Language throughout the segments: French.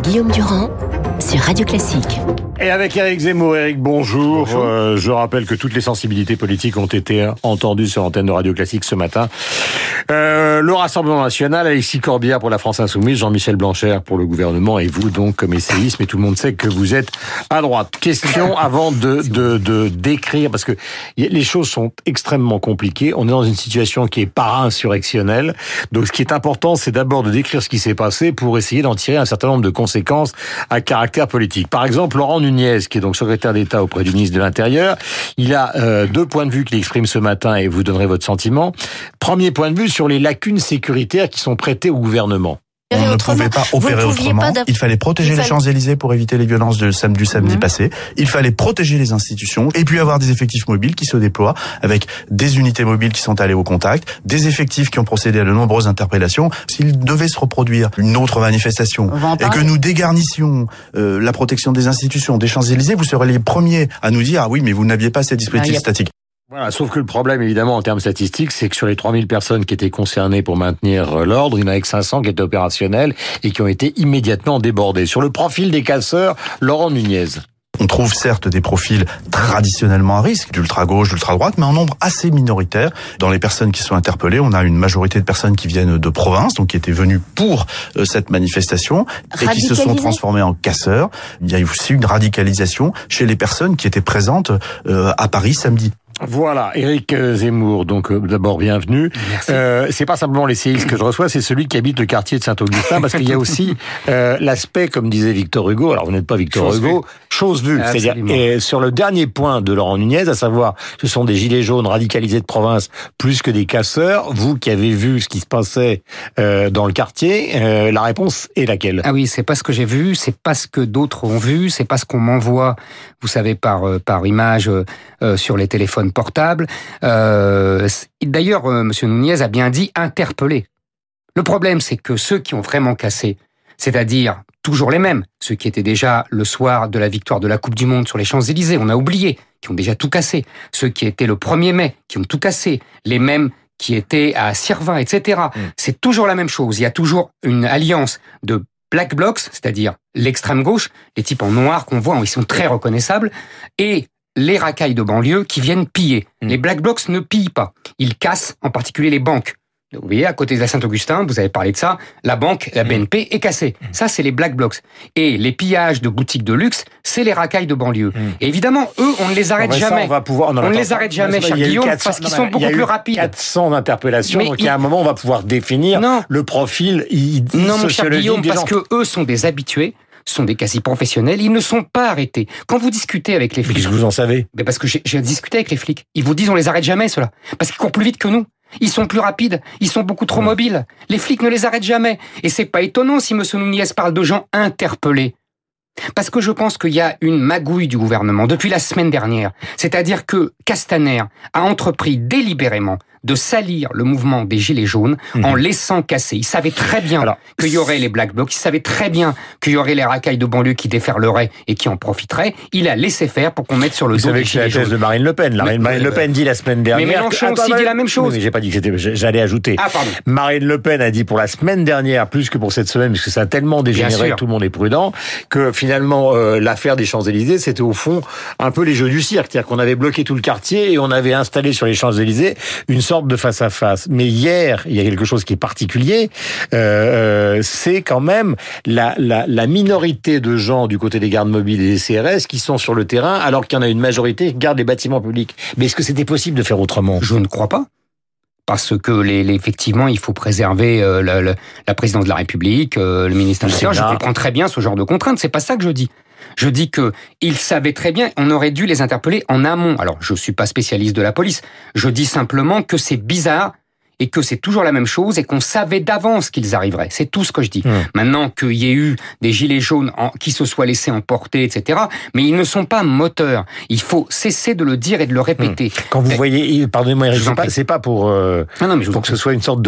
Guillaume Durand sur Radio Classique. Et avec Éric Zemmour. Éric, bonjour. Je rappelle que toutes les sensibilités politiques ont été entendues sur l'antenne de Radio Classique ce matin. Le Rassemblement National, Alexis Corbière pour la France Insoumise, Jean-Michel Blanquer pour le gouvernement et vous donc comme essayiste, mais tout le monde sait que vous êtes à droite. Question avant de décrire, parce que les choses sont extrêmement compliquées. On est dans une situation qui est para-insurrectionnelle. Donc ce qui est important, c'est d'abord de décrire ce qui s'est passé pour essayer d'en tirer un certain nombre de conséquences à caractère politique. Par exemple, Laurent Nunez, qui est donc secrétaire d'État auprès du ministre de l'Intérieur, il a deux points de vue qu'il exprime ce matin et vous donnerez votre sentiment. Premier point de vue sur les lacunes sécuritaires qui sont prêtées au gouvernement. On ne pouvait pas opérer autrement. Il fallait protéger les Champs-Élysées pour éviter les violences du samedi passé. Il fallait protéger les institutions et puis avoir des effectifs mobiles qui se déploient avec des unités mobiles qui sont allées au contact, des effectifs qui ont procédé à de nombreuses interpellations. S'il devait se reproduire une autre manifestation et que nous dégarnissions la protection des institutions des Champs-Élysées, vous serez les premiers à nous dire « Ah oui, mais vous n'aviez pas ces dispositifs statiques ». Voilà, sauf que le problème, évidemment, en termes statistiques, c'est que sur les 3000 personnes qui étaient concernées pour maintenir l'ordre, il n'y en avait que 500 qui étaient opérationnels et qui ont été immédiatement débordés. Sur le profil des casseurs, Laurent Nunez. On trouve certes des profils traditionnellement à risque, d'ultra-gauche, d'ultra-droite, mais en nombre assez minoritaire. Dans les personnes qui sont interpellées, on a une majorité de personnes qui viennent de province, donc qui étaient venues pour cette manifestation, et qui se sont transformées en casseurs. Il y a aussi une radicalisation chez les personnes qui étaient présentes à Paris samedi. Voilà, Éric Zemmour, donc d'abord bienvenue. C'est pas simplement les séismes que je reçois, c'est celui qui habite le quartier de Saint-Augustin, parce qu'il y a aussi l'aspect, comme disait Victor Hugo, alors vous n'êtes pas Victor Hugo, chose vue. C'est-à-dire, et sur le dernier point de Laurent Nunez, à savoir, ce sont des gilets jaunes radicalisés de province plus que des casseurs, vous qui avez vu ce qui se passait dans le quartier, la réponse est laquelle? Ah oui, c'est pas ce que j'ai vu, c'est pas ce que d'autres ont vu, c'est pas ce qu'on m'envoie, vous savez, par image sur les téléphones portables. D'ailleurs, Monsieur Nunez a bien dit interpeller. Le problème, c'est que ceux qui ont vraiment cassé, c'est-à-dire toujours les mêmes, ceux qui étaient déjà le soir de la victoire de la Coupe du Monde sur les Champs-Élysées, on a oublié, qui ont déjà tout cassé, ceux qui étaient le 1er mai, qui ont tout cassé, les mêmes qui étaient à Sirvin, etc. C'est toujours la même chose. Il y a toujours une alliance de Black Blocs, c'est-à-dire l'extrême gauche, les types en noir qu'on voit, ils sont très reconnaissables, et les racailles de banlieue qui viennent piller. Les Black Blocs ne pillent pas. Ils cassent en particulier les banques. Vous voyez, à côté de la Saint-Augustin, vous avez parlé de ça, la banque, la BNP, est cassée. Ça, c'est les Black Blocs. Et les pillages de boutiques de luxe, c'est les racailles de banlieue. Et évidemment, eux, on ne les arrête jamais. On ne les arrête jamais, cher Guillaume, parce qu'ils sont beaucoup plus rapides. 400 interpellations, donc il y a un moment, on va pouvoir définir le profil non, mon cher Guillaume, parce que eux sont des habitués, sont des quasi-professionnels, ils ne sont pas arrêtés. Quand vous discutez avec les flics... Mais qu'est-ce que vous en savez? Parce que j'ai discuté avec les flics. Ils vous disent on les arrête jamais, ceux-là. Parce qu'ils courent plus vite que nous. Ils sont plus rapides. Ils sont beaucoup trop mobiles. Les flics ne les arrêtent jamais. Et c'est pas étonnant si M. Nunez parle de gens interpellés. Parce que je pense qu'il y a une magouille du gouvernement depuis la semaine dernière. C'est-à-dire que Castaner a entrepris délibérément de salir le mouvement des Gilets jaunes en laissant casser. Il savait très bien qu'il y aurait les Black Blocs, il savait très bien qu'il y aurait les racailles de banlieue qui déferleraient et qui en profiteraient. Il a laissé faire pour qu'on mette sur le dos des Gilets jaunes. Vous savez que c'est la thèse de Marine Le Pen. Marine Le Pen dit la semaine dernière... Mais Mélenchon aussi dit la même chose. Mais j'ai pas dit que c'était... J'allais ajouter. Ah, pardon. Marine Le Pen a dit pour la semaine dernière, plus que pour cette semaine, parce que ça a tellement dégénéré que tout le monde est prudent, que finalement, l'affaire des Champs-Élysées, c'était au fond un peu les jeux du cirque. C'est-à-dire qu'on avait bloqué tout le quartier et on avait installé sur les Champs-Élysées une sorte de face-à-face. Mais hier, il y a quelque chose qui est particulier, c'est quand même la minorité de gens du côté des gardes mobiles et des CRS qui sont sur le terrain, alors qu'il y en a une majorité qui garde les bâtiments publics. Mais est-ce que c'était possible de faire autrement? Je ne crois pas. Parce que effectivement, il faut préserver la présidence de la République, le ministre de l'Intérieur. Je comprends très bien ce genre de contraintes. C'est pas ça que je dis. Je dis que ils savaient très bien, on aurait dû les interpeller en amont. Alors, je suis pas spécialiste de la police. Je dis simplement que c'est bizarre et que c'est toujours la même chose et qu'on savait d'avance qu'ils arriveraient. C'est tout ce que je dis. Maintenant qu'il y ait eu des gilets jaunes qui se soient laissés emporter, etc. Mais ils ne sont pas moteurs. Il faut cesser de le dire et de le répéter. Quand vous voyez, pardonnez-moi, c'est pas pour que ce soit une sorte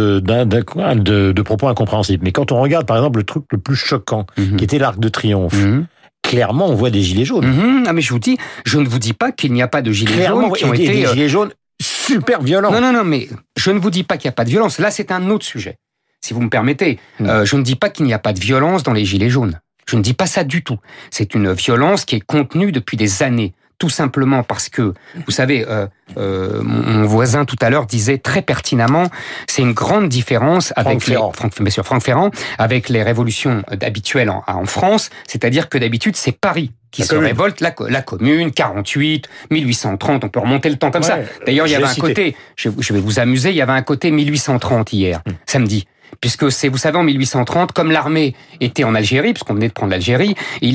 de propos incompréhensibles. Mais quand on regarde, par exemple, le truc le plus choquant, qui était l'Arc de Triomphe, clairement, on voit des gilets jaunes. Ah mais je ne vous dis pas qu'il n'y a pas de gilets jaunes qui ont été... des gilets jaunes super violents. Non, mais je ne vous dis pas qu'il n'y a pas de violence. Là, c'est un autre sujet, si vous me permettez. Je ne dis pas qu'il n'y a pas de violence dans les gilets jaunes. Je ne dis pas ça du tout. C'est une violence qui est contenue depuis des années. Tout simplement parce que, vous savez, mon voisin tout à l'heure disait très pertinemment, c'est une grande différence avec Franck Ferrand, avec les révolutions habituelles en France, c'est-à-dire que d'habitude c'est Paris qui se révolte, la Commune, 48, 1830, on peut remonter le temps comme ça. D'ailleurs, il y avait un côté, je vais vous amuser, il y avait un côté 1830 hier, samedi. Puisque c'est, vous savez, en 1830, comme l'armée était en Algérie, puisqu'on venait de prendre l'Algérie,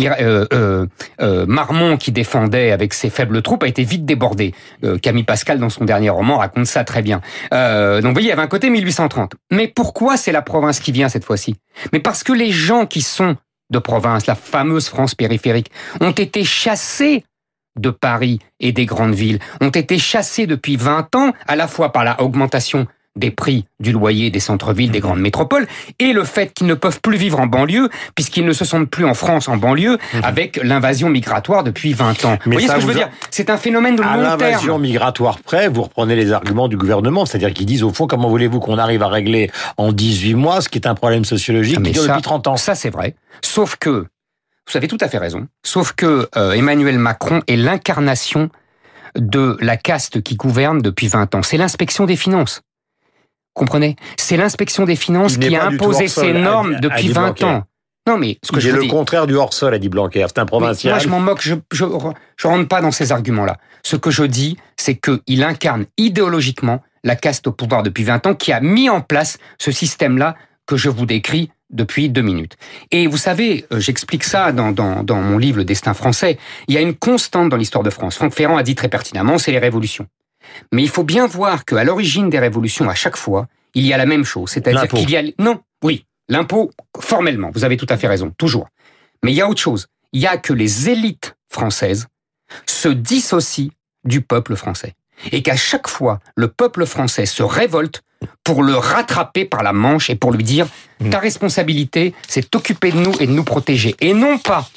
Marmont, qui défendait avec ses faibles troupes, a été vite débordé. Camille Pascal, dans son dernier roman, raconte ça très bien. Donc, vous voyez, il y avait un côté 1830. Mais pourquoi c'est la province qui vient cette fois-ci? Mais parce que les gens qui sont de province, la fameuse France périphérique, ont été chassés de Paris et des grandes villes, ont été chassés depuis 20 ans, à la fois par la augmentation des prix du loyer des centres-villes, des grandes métropoles, et le fait qu'ils ne peuvent plus vivre en banlieue, puisqu'ils ne se sentent plus en France en banlieue, avec l'invasion migratoire depuis 20 ans. Mais vous voyez ce que je veux dire? C'est un phénomène de long terme. À l'invasion migratoire près, vous reprenez les arguments du gouvernement, c'est-à-dire qu'ils disent, au fond, comment voulez-vous qu'on arrive à régler en 18 mois, ce qui est un problème sociologique qui dure depuis 30 ans? Ça, c'est vrai. Sauf que, vous avez tout à fait raison, sauf que Emmanuel Macron est l'incarnation de la caste qui gouverne depuis 20 ans. C'est l'inspection des finances. Comprenez? C'est l'inspection des finances qui a imposé ces normes depuis 20 ans. Non, mais ce que je dis... C'est le contraire du hors-sol, a dit Blanquer. C'est un provincial. Moi, je m'en moque. Je rentre pas dans ces arguments-là. Ce que je dis, c'est qu'il incarne idéologiquement la caste au pouvoir depuis 20 ans qui a mis en place ce système-là que je vous décris depuis 2 minutes. Et vous savez, j'explique ça dans mon livre Le Destin français. Il y a une constante dans l'histoire de France. Franck Ferrand a dit très pertinemment, c'est les révolutions. Mais il faut bien voir qu'à l'origine des révolutions, à chaque fois, il y a la même chose. C'est-à-dire qu'il y a... Non, oui, l'impôt, formellement, vous avez tout à fait raison, toujours. Mais il y a autre chose. Il y a que les élites françaises se dissocient du peuple français. Et qu'à chaque fois, le peuple français se révolte pour le rattraper par la manche et pour lui dire « Ta responsabilité, c'est t'occuper de nous et de nous protéger. » Et non pas,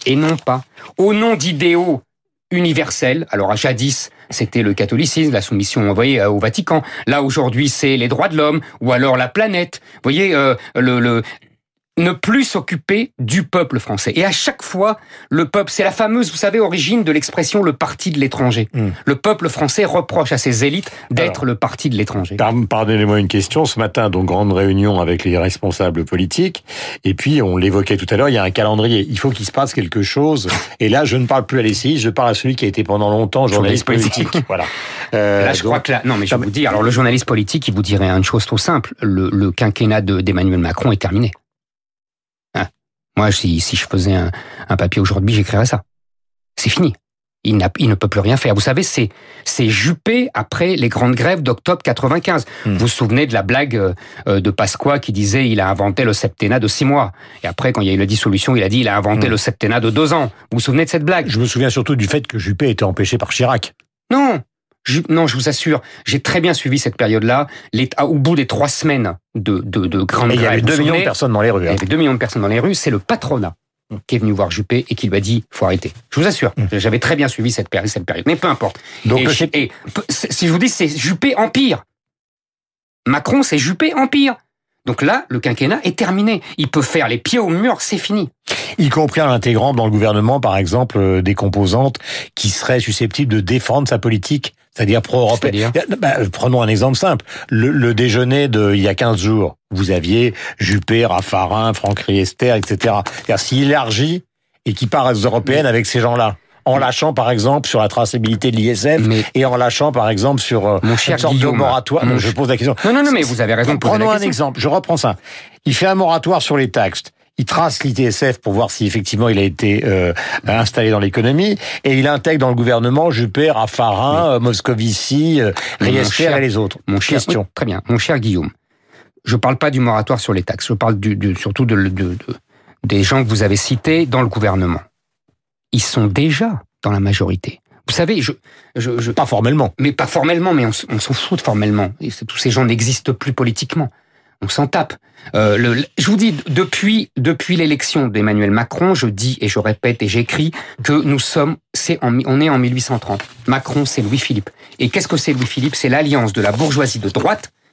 au nom d'idéaux universels. Alors, jadis, c'était le catholicisme, la soumission, vous voyez, au Vatican. Là, aujourd'hui, c'est les droits de l'homme, ou alors la planète. Vous voyez, ne plus s'occuper du peuple français. Et à chaque fois, le peuple, c'est la fameuse, vous savez, origine de l'expression le parti de l'étranger. Le peuple français reproche à ses élites d'être le parti de l'étranger. Pardonnez-moi une question. Ce matin, donc, grande réunion avec les responsables politiques. Et puis, on l'évoquait tout à l'heure, il y a un calendrier. Il faut qu'il se passe quelque chose. Et là, je ne parle plus à l'essayiste, je parle à celui qui a été pendant longtemps journaliste politique. Voilà. Là, je crois que là, non, mais je vais vous dire, alors le journaliste politique, il vous dirait une chose tout simple. Le quinquennat d'Emmanuel Macron est terminé. Moi, si je faisais un papier aujourd'hui, j'écrirais ça. C'est fini. Il ne peut plus rien faire. Vous savez, c'est Juppé après les grandes grèves d'octobre 95. Vous vous souvenez de la blague de Pasqua qui disait il a inventé le septennat de 6 mois. Et après, quand il y a eu la dissolution, il a dit il a inventé le septennat de 2 ans. Vous vous souvenez de cette blague? Je me souviens surtout du fait que Juppé était empêché par Chirac. Non, je vous assure, j'ai très bien suivi cette période-là. Au bout des 3 semaines de grandes grèves, il y avait 2 millions de personnes dans les rues. Il y avait 2 millions de personnes dans les rues. C'est le patronat qui est venu voir Juppé et qui lui a dit faut arrêter. Je vous assure, j'avais très bien suivi cette période. Mais peu importe. Donc, si je vous dis c'est Juppé empire. Macron, c'est Juppé empire. Donc là, le quinquennat est terminé. Il peut faire les pieds au mur, c'est fini. Y compris en intégrant dans le gouvernement, par exemple, des composantes qui seraient susceptibles de défendre sa politique, c'est-à-dire pro-européenne. Prenons un exemple simple. Le déjeuner il y a 15 jours, vous aviez Juppé, Raffarin, Franck Riester, etc. C'est-à-dire s'il élargit et qu'il part aux européennes avec ces gens-là, en lâchant par exemple sur la traçabilité de l'ISF et en lâchant par exemple sur une sorte de moratoire. Je pose la question. Non, mais vous avez raison de poser la question. Prenons un exemple, je reprends ça. Il fait un moratoire sur les taxes. Il trace l'ITSF pour voir si effectivement il a été installé dans l'économie et il intègre dans le gouvernement Juppé, Raffarin, Moscovici, Riester et les autres. Question. Très bien. Mon cher Guillaume, je parle pas du moratoire sur les taxes, je parle surtout des gens que vous avez cités dans le gouvernement. Ils sont déjà dans la majorité. Vous savez, pas formellement. Mais pas formellement, mais on s'en fout de formellement. Et tous ces gens n'existent plus politiquement. On s'en tape. Je vous dis, depuis l'élection d'Emmanuel Macron, je dis et je répète et j'écris que on est en 1830. Macron, c'est Louis-Philippe. Et qu'est-ce que c'est Louis-Philippe? C'est l'alliance de la bourgeoisie de droite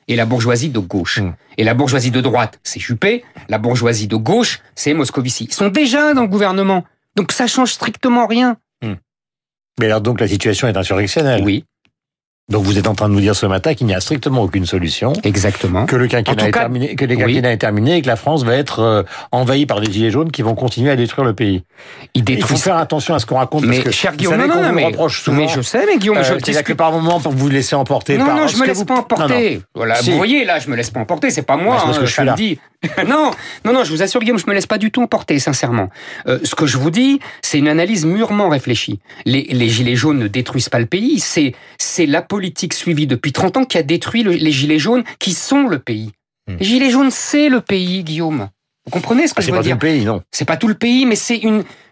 et la bourgeoisie de gauche. Et la bourgeoisie de droite, c'est Juppé. La bourgeoisie de gauche, c'est Moscovici. Ils sont déjà dans le gouvernement. Donc ça change strictement rien. Mais alors donc la situation est insurrectionnelle. Oui. Donc vous êtes en train de nous dire ce matin qu'il n'y a strictement aucune solution. Exactement. Que le quinquennat est terminé, que les quinquennats est terminé et que la France va être envahie par des gilets jaunes qui vont continuer à détruire le pays. Il faut faire attention à ce qu'on raconte. Mais parce que cher Guillaume, vous reproche souvent. Mais je sais, mais Guillaume, c'est-à-dire que par moment vous vous laissez emporter. Non, je me laisse pas emporter. Non. Voilà, si. Vous voyez, là, je me laisse pas emporter. C'est pas moi. Parce que je suis là. non, je vous assure, Guillaume, je me laisse pas du tout emporter, sincèrement. Ce que je vous dis, c'est une analyse mûrement réfléchie. Les gilets jaunes ne détruisent pas le pays. C'est la politique suivie depuis 30 ans qui a détruit les gilets jaunes, qui sont le pays. Les gilets jaunes, c'est le pays, Guillaume. Vous comprenez ce que je veux dire ? C'est pas tout le pays, non. C'est pas tout le pays, mais c'est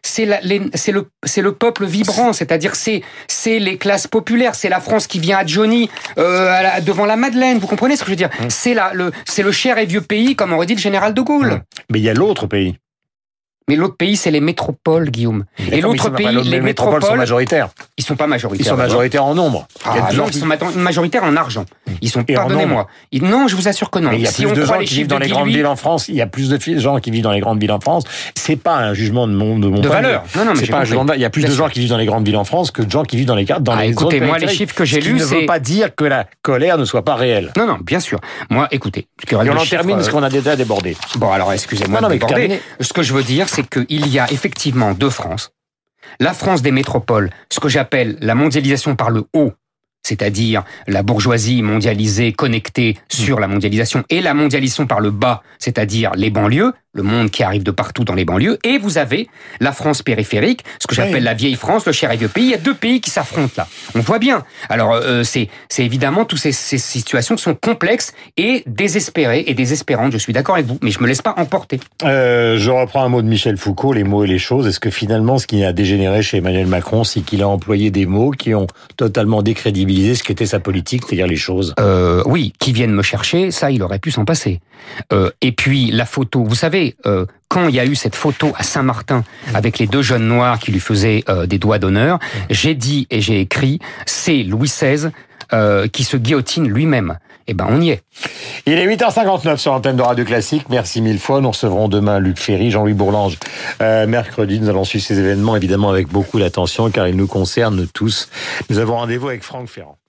le peuple vibrant, c'est-à-dire c'est les classes populaires, c'est la France qui vient à Johnny devant la Madeleine. Vous comprenez ce que je veux dire ? C'est le cher et vieux pays, comme aurait dit le général de Gaulle. Mais il y a l'autre pays. Mais l'autre pays, c'est les métropoles, Guillaume. Et l'autre pays, les métropoles sont majoritaires. Ils sont pas majoritaires. Ils sont majoritaires en nombre. Ils sont majoritaires en argent. Ils sont, pardonnez-moi. Non, je vous assure que non. Mais il y a plus de gens qui vivent dans les grandes villes en France. Il y a plus de gens qui vivent dans les grandes villes en France. C'est pas un jugement de mon de valeur. Non, mais c'est pas un jugement. Il y a plus de gens qui vivent dans les grandes villes en France que de gens qui vivent dans les écoutez, moi, les chiffres que j'ai lus, ne veut pas dire que la colère ne soit pas réelle. Non, bien sûr. Moi, écoutez. Et on en termine parce qu'on a déjà débordé. Bon, alors, excusez-moi de déborder. Ce que je veux dire, c'est qu'il y a effectivement deux France. La France des métropoles, ce que j'appelle la mondialisation par le haut, c'est-à-dire la bourgeoisie mondialisée, connectée sur la mondialisation, et la mondialisation par le bas, c'est-à-dire les banlieues, le monde qui arrive de partout dans les banlieues, et vous avez la France périphérique, ce que j'appelle la vieille France, le cher et vieux pays. Il y a deux pays qui s'affrontent là. On voit bien. Alors, c'est évidemment, toutes ces situations sont complexes et désespérées et désespérantes. Je suis d'accord avec vous, mais je me laisse pas emporter. Je reprends un mot de Michel Foucault, les mots et les choses. Est-ce que finalement, ce qui a dégénéré chez Emmanuel Macron, c'est qu'il a employé des mots qui ont totalement décrédibilisé ce qu'était sa politique, c'est-à-dire les choses? Oui, qui viennent me chercher, ça, il aurait pu s'en passer. Et puis, la photo, vous savez, quand il y a eu cette photo à Saint-Martin avec les deux jeunes noirs qui lui faisaient des doigts d'honneur, j'ai dit et j'ai écrit, c'est Louis XVI qui se guillotine lui-même. Eh ben, on y est. Il est 8h59 sur l'antenne de Radio Classique. Merci mille fois. Nous recevrons demain Luc Ferry, Jean-Louis Bourlange. Mercredi, nous allons suivre ces événements, évidemment, avec beaucoup d'attention, car ils nous concernent tous. Nous avons rendez-vous avec Franck Ferrand.